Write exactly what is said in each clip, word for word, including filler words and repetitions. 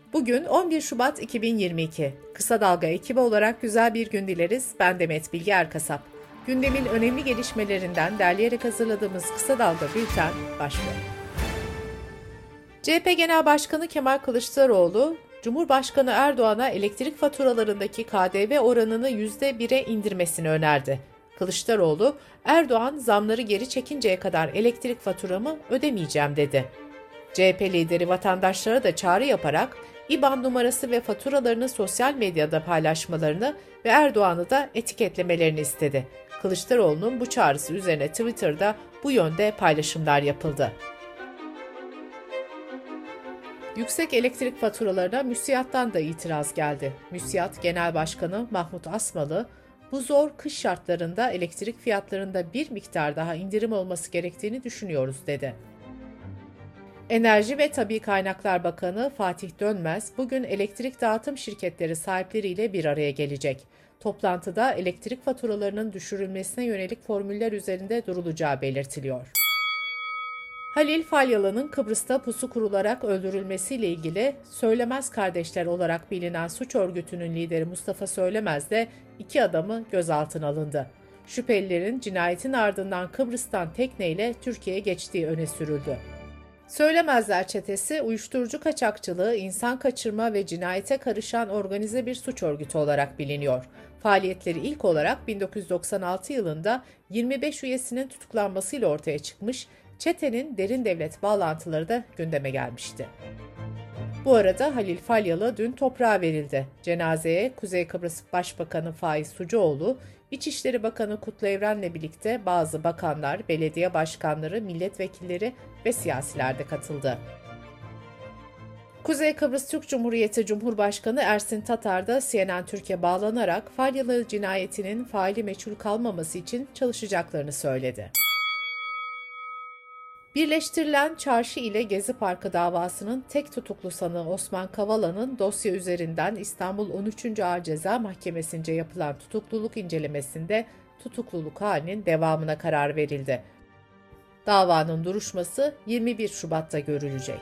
Bugün on bir Şubat iki bin yirmi iki. Kısa Dalga ekibi olarak güzel bir gün dileriz. Ben Demet Bilge Erkasap. Gündemin önemli gelişmelerinden derleyerek hazırladığımız Kısa Dalga Bülten başlıyor. C H P Genel Başkanı Kemal Kılıçdaroğlu, Cumhurbaşkanı Erdoğan'a elektrik faturalarındaki K D V oranını yüzde bire indirmesini önerdi. Kılıçdaroğlu, Erdoğan zamları geri çekinceye kadar elektrik faturamı ödemeyeceğim dedi. C H P lideri vatandaşlara da çağrı yaparak İ B A N numarası ve faturalarını sosyal medyada paylaşmalarını ve Erdoğan'ı da etiketlemelerini istedi. Kılıçdaroğlu'nun bu çağrısı üzerine Twitter'da bu yönde paylaşımlar yapıldı. Yüksek elektrik faturalarına MÜSİAD'dan da itiraz geldi. MÜSİAD Genel Başkanı Mahmut Asmalı, bu zor kış şartlarında elektrik fiyatlarında bir miktar daha indirim olması gerektiğini düşünüyoruz dedi. Enerji ve Tabii Kaynaklar Bakanı Fatih Dönmez, bugün elektrik dağıtım şirketleri sahipleriyle bir araya gelecek. Toplantıda elektrik faturalarının düşürülmesine yönelik formüller üzerinde durulacağı belirtiliyor. Halil Falyalı'nın Kıbrıs'ta pusu kurularak öldürülmesiyle ilgili Söylemez Kardeşler olarak bilinen suç örgütünün lideri Mustafa Söylemez de iki adamı gözaltına alındı. Şüphelilerin cinayetin ardından Kıbrıs'tan tekneyle Türkiye'ye geçtiği öne sürüldü. Söylemezler çetesi, uyuşturucu kaçakçılığı, insan kaçırma ve cinayete karışan organize bir suç örgütü olarak biliniyor. Faaliyetleri ilk olarak bin dokuz yüz doksan altı yılında yirmi beş üyesinin tutuklanmasıyla ortaya çıkmış, çetenin derin devlet bağlantıları da gündeme gelmişti. Bu arada Halil Falyalı dün toprağa verildi. Cenazeye Kuzey Kıbrıs Başbakanı Faiz Sucuoğlu, İçişleri Bakanı Kutlu Evren'le birlikte bazı bakanlar, belediye başkanları, milletvekilleri ve siyasiler de katıldı. Kuzey Kıbrıs Türk Cumhuriyeti Cumhurbaşkanı Ersin Tatar da C N N Türkiye bağlanarak Falyalı cinayetinin faili meçhul kalmaması için çalışacaklarını söyledi. Birleştirilen Çarşı ile Gezi Parkı davasının tek tutuklu sanığı Osman Kavala'nın dosya üzerinden İstanbul on üçüncü Ağır Ceza Mahkemesi'nce yapılan tutukluluk incelemesinde tutukluluk halinin devamına karar verildi. Davanın duruşması yirmi bir Şubat'ta görülecek.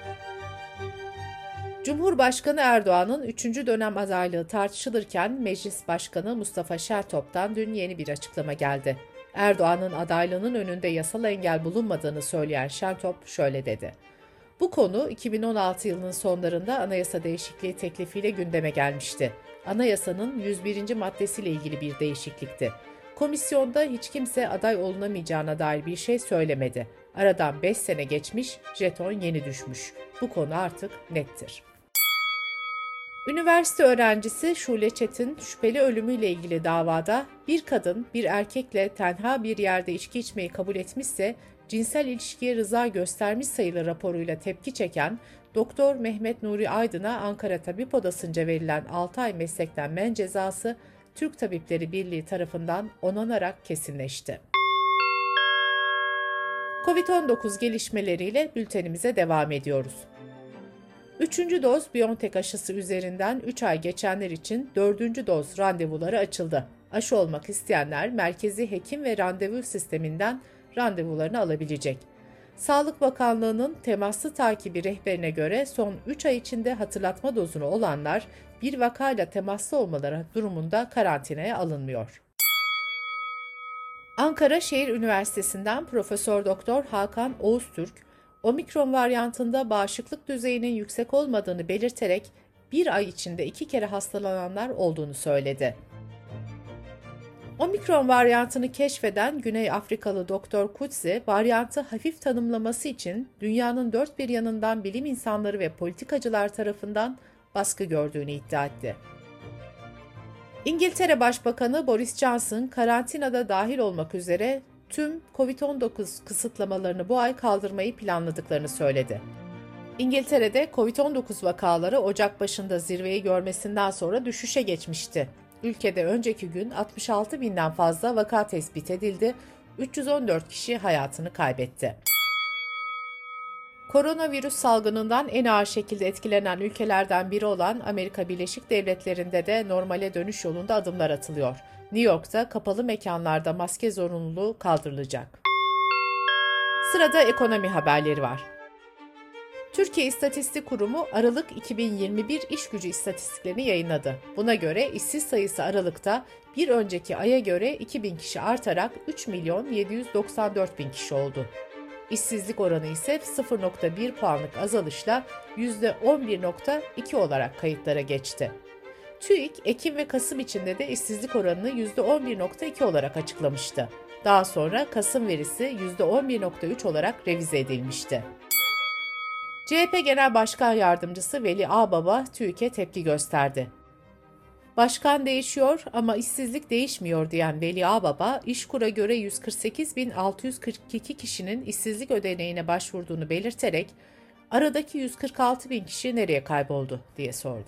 Cumhurbaşkanı Erdoğan'ın üçüncü dönem adaylığı tartışılırken Meclis Başkanı Mustafa Şentop'tan dün yeni bir açıklama geldi. Erdoğan'ın adaylığının önünde yasal engel bulunmadığını söyleyen Şentop şöyle dedi. Bu konu iki bin on altı yılının sonlarında anayasa değişikliği teklifiyle gündeme gelmişti. Anayasanın yüz birinci maddesiyle ilgili bir değişiklikti. Komisyonda hiç kimse aday olunamayacağına dair bir şey söylemedi. Aradan beş sene geçmiş, jeton yeni düşmüş. Bu konu artık nettir. Üniversite öğrencisi Şule Çetin şüpheli ölümüyle ilgili davada bir kadın bir erkekle tenha bir yerde içki içmeyi kabul etmişse cinsel ilişkiye rıza göstermiş sayılı raporuyla tepki çeken Doktor Mehmet Nuri Aydın'a Ankara Tabip Odası'nca verilen altı ay meslekten men cezası Türk Tabipleri Birliği tarafından onanarak kesinleşti. kovid on dokuz gelişmeleriyle bültenimize devam ediyoruz. Üçüncü doz BioNTech aşısı üzerinden üç ay geçenler için dördüncü doz randevuları açıldı. Aşı olmak isteyenler merkezi hekim ve randevu sisteminden randevularını alabilecek. Sağlık Bakanlığı'nın temaslı takibi rehberine göre son üç ay içinde hatırlatma dozunu olanlar bir vakayla temaslı olmaları durumunda karantinaya alınmıyor. Ankara Şehir Üniversitesi'nden Profesör Doktor Hakan Oğuztürk, omikron varyantında bağışıklık düzeyinin yüksek olmadığını belirterek bir ay içinde iki kere hastalananlar olduğunu söyledi. Omikron varyantını keşfeden Güney Afrikalı Doktor Kutsi, varyantı hafif tanımlaması için dünyanın dört bir yanından bilim insanları ve politikacılar tarafından baskı gördüğünü iddia etti. İngiltere Başbakanı Boris Johnson, karantinada dahil olmak üzere tüm kovid on dokuz kısıtlamalarını bu ay kaldırmayı planladıklarını söyledi. İngiltere'de kovid on dokuz vakaları Ocak başında zirveyi görmesinden sonra düşüşe geçmişti. Ülkede önceki gün altmış altı binden fazla vaka tespit edildi, üç yüz on dört kişi hayatını kaybetti. Koronavirüs salgınından en ağır şekilde etkilenen ülkelerden biri olan Amerika Birleşik Devletleri'nde de normale dönüş yolunda adımlar atılıyor. New York'ta kapalı mekanlarda maske zorunluluğu kaldırılacak. Sırada ekonomi haberleri var. Türkiye İstatistik Kurumu Aralık iki bin yirmi bir iş gücü istatistiklerini yayınladı. Buna göre işsiz sayısı Aralık'ta bir önceki aya göre iki bin kişi artarak üç milyon yedi yüz doksan dört bin kişi oldu. İşsizlik oranı ise sıfır virgül bir puanlık azalışla yüzde on bir virgül iki olarak kayıtlara geçti. TÜİK, Ekim ve Kasım içinde de işsizlik oranını yüzde on bir virgül iki olarak açıklamıştı. Daha sonra Kasım verisi yüzde on bir virgül üç olarak revize edilmişti. C H P Genel Başkan Yardımcısı Veli Ağbaba TÜİK'e tepki gösterdi. Başkan değişiyor ama işsizlik değişmiyor diyen Veli Ağbaba, İşkur'a göre yüz kırk sekiz bin altı yüz kırk iki kişinin işsizlik ödeneğine başvurduğunu belirterek, aradaki yüz kırk altı bin kişi nereye kayboldu diye sordu.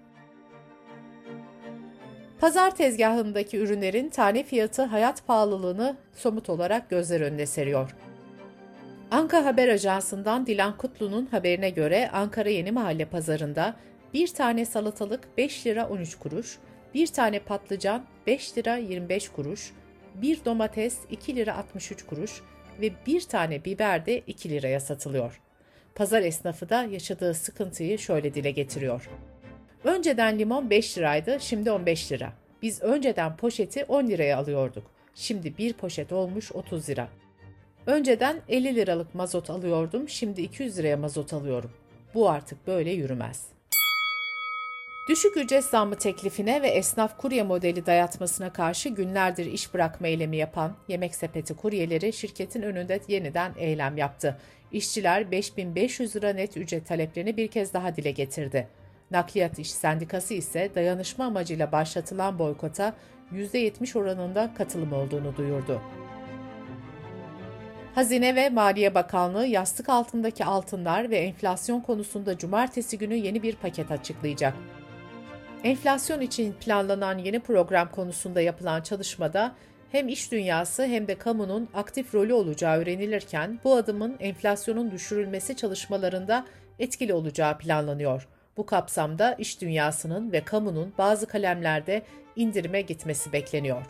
Pazar tezgahındaki ürünlerin tane fiyatı hayat pahalılığını somut olarak gözler önüne seriyor. Anka Haber Ajansı'ndan Dilan Kutlu'nun haberine göre Ankara Yenimahalle pazarında bir tane salatalık beş lira on üç kuruş, bir tane patlıcan beş lira yirmi beş kuruş, bir domates iki lira altmış üç kuruş ve bir tane biber de iki liraya satılıyor. Pazar esnafı da yaşadığı sıkıntıyı şöyle dile getiriyor. Önceden limon beş liraydı, şimdi on beş lira. Biz önceden poşeti on liraya alıyorduk. Şimdi bir poşet olmuş otuz lira. Önceden elli liralık mazot alıyordum, şimdi iki yüz liraya mazot alıyorum. Bu artık böyle yürümez. Düşük ücret zammı teklifine ve esnaf kurye modeli dayatmasına karşı günlerdir iş bırakma eylemi yapan Yemek Sepeti kuryeleri şirketin önünde yeniden eylem yaptı. İşçiler beş bin beş yüz lira net ücret taleplerini bir kez daha dile getirdi. Nakliyat İş Sendikası ise dayanışma amacıyla başlatılan boykota yüzde yetmiş oranında katılım olduğunu duyurdu. Hazine ve Maliye Bakanlığı yastık altındaki altınlar ve enflasyon konusunda cumartesi günü yeni bir paket açıklayacak. Enflasyon için planlanan yeni program konusunda yapılan çalışmada hem iş dünyası hem de kamunun aktif rolü olacağı öğrenilirken bu adımın enflasyonun düşürülmesi çalışmalarında etkili olacağı planlanıyor. Bu kapsamda iş dünyasının ve kamunun bazı kalemlerde indirime gitmesi bekleniyor.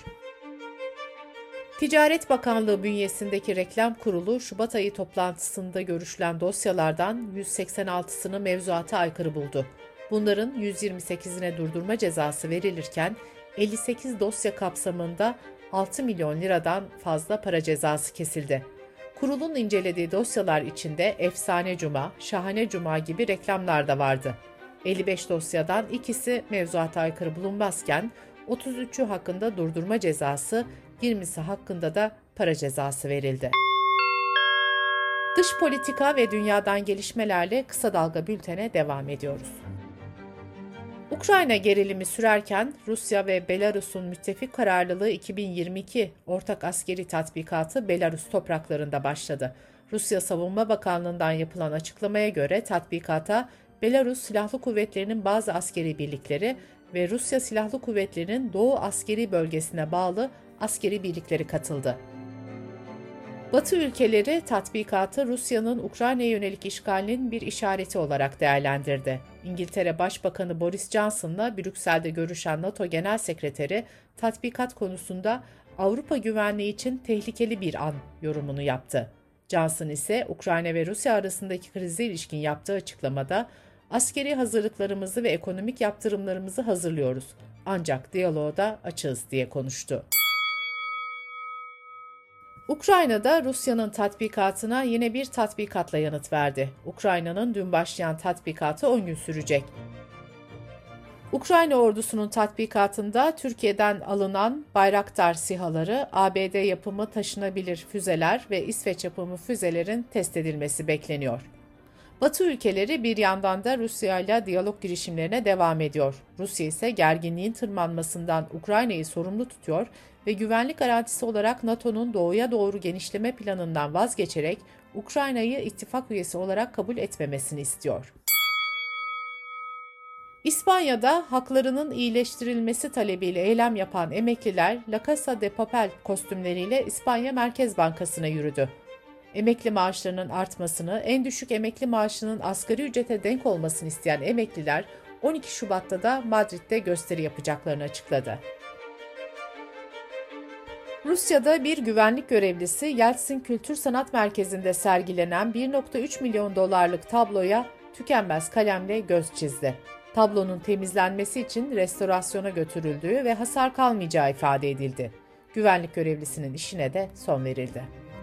Ticaret Bakanlığı bünyesindeki reklam kurulu Şubat ayı toplantısında görüşülen dosyalardan yüz seksen altısını mevzuata aykırı buldu. Bunların yüz yirmi sekizine durdurma cezası verilirken elli sekiz dosya kapsamında altı milyon liradan fazla para cezası kesildi. Kurulun incelediği dosyalar içinde Efsane Cuma, Şahane Cuma gibi reklamlar da vardı. elli beş dosyadan ikisi mevzuata aykırı bulunmazken otuz üçü hakkında durdurma cezası, yirmisi hakkında da para cezası verildi. Dış politika ve dünyadan gelişmelerle kısa dalga bültene devam ediyoruz. Ukrayna gerilimi sürerken Rusya ve Belarus'un müttefik kararlılığı iki bin yirmi iki ortak askeri tatbikatı Belarus topraklarında başladı. Rusya Savunma Bakanlığı'ndan yapılan açıklamaya göre tatbikata Belarus Silahlı Kuvvetleri'nin bazı askeri birlikleri ve Rusya Silahlı Kuvvetleri'nin Doğu Askeri Bölgesi'ne bağlı askeri birlikleri katıldı. Batı ülkeleri tatbikatı Rusya'nın Ukrayna'ya yönelik işgalinin bir işareti olarak değerlendirdi. İngiltere Başbakanı Boris Johnson'la Brüksel'de görüşen NATO Genel Sekreteri tatbikat konusunda Avrupa güvenliği için tehlikeli bir an yorumunu yaptı. Johnson ise Ukrayna ve Rusya arasındaki krize ilişkin yaptığı açıklamada askeri hazırlıklarımızı ve ekonomik yaptırımlarımızı hazırlıyoruz. Ancak diyaloğa da açığız diye konuştu. Ukrayna'da Rusya'nın tatbikatına yine bir tatbikatla yanıt verdi. Ukrayna'nın dün başlayan tatbikatı on gün sürecek. Ukrayna ordusunun tatbikatında Türkiye'den alınan Bayraktar SİHA'ları, A B D yapımı taşınabilir füzeler ve İsveç yapımı füzelerin test edilmesi bekleniyor. Batı ülkeleri bir yandan da Rusya ile diyalog girişimlerine devam ediyor. Rusya ise gerginliğin tırmanmasından Ukrayna'yı sorumlu tutuyor ve güvenlik garantisi olarak NATO'nun doğuya doğru genişleme planından vazgeçerek Ukrayna'yı ittifak üyesi olarak kabul etmemesini istiyor. İspanya'da haklarının iyileştirilmesi talebiyle eylem yapan emekliler La Casa de Papel kostümleriyle İspanya Merkez Bankası'na yürüdü. Emekli maaşlarının artmasını, en düşük emekli maaşının asgari ücrete denk olmasını isteyen emekliler on iki Şubat'ta da Madrid'de gösteri yapacaklarını açıkladı. Rusya'da bir güvenlik görevlisi Yeltsin Kültür Sanat Merkezi'nde sergilenen bir virgül üç milyon dolarlık tabloya tükenmez kalemle göz çizdi. Tablonun temizlenmesi için restorasyona götürüldüğü ve hasar kalmayacağı ifade edildi. Güvenlik görevlisinin işine de son verildi.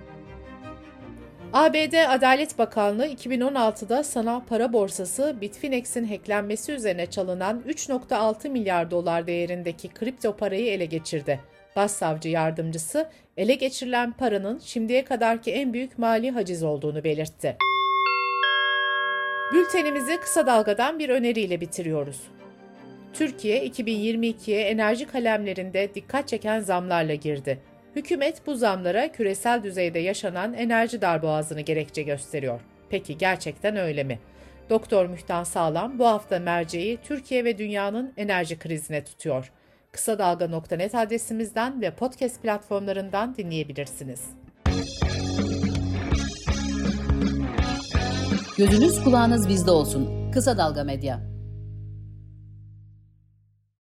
A B D Adalet Bakanlığı iki bin on altıda sanal para borsası Bitfinex'in hacklenmesi üzerine çalınan üç virgül altı milyar dolar değerindeki kripto parayı ele geçirdi. Başsavcı yardımcısı ele geçirilen paranın şimdiye kadarki en büyük mali haciz olduğunu belirtti. Bültenimizi kısa dalgadan bir öneriyle bitiriyoruz. Türkiye iki bin yirmi ikiye enerji kalemlerinde dikkat çeken zamlarla girdi. Hükümet bu zamlara küresel düzeyde yaşanan enerji darboğazını gerekçe gösteriyor. Peki gerçekten öyle mi? Doktor Mühtan Sağlam bu hafta merceği Türkiye ve dünyanın enerji krizine tutuyor. kısa dalga nokta net adresimizden ve podcast platformlarından dinleyebilirsiniz. Gözünüz kulağınız bizde olsun. Kısa Dalga Medya.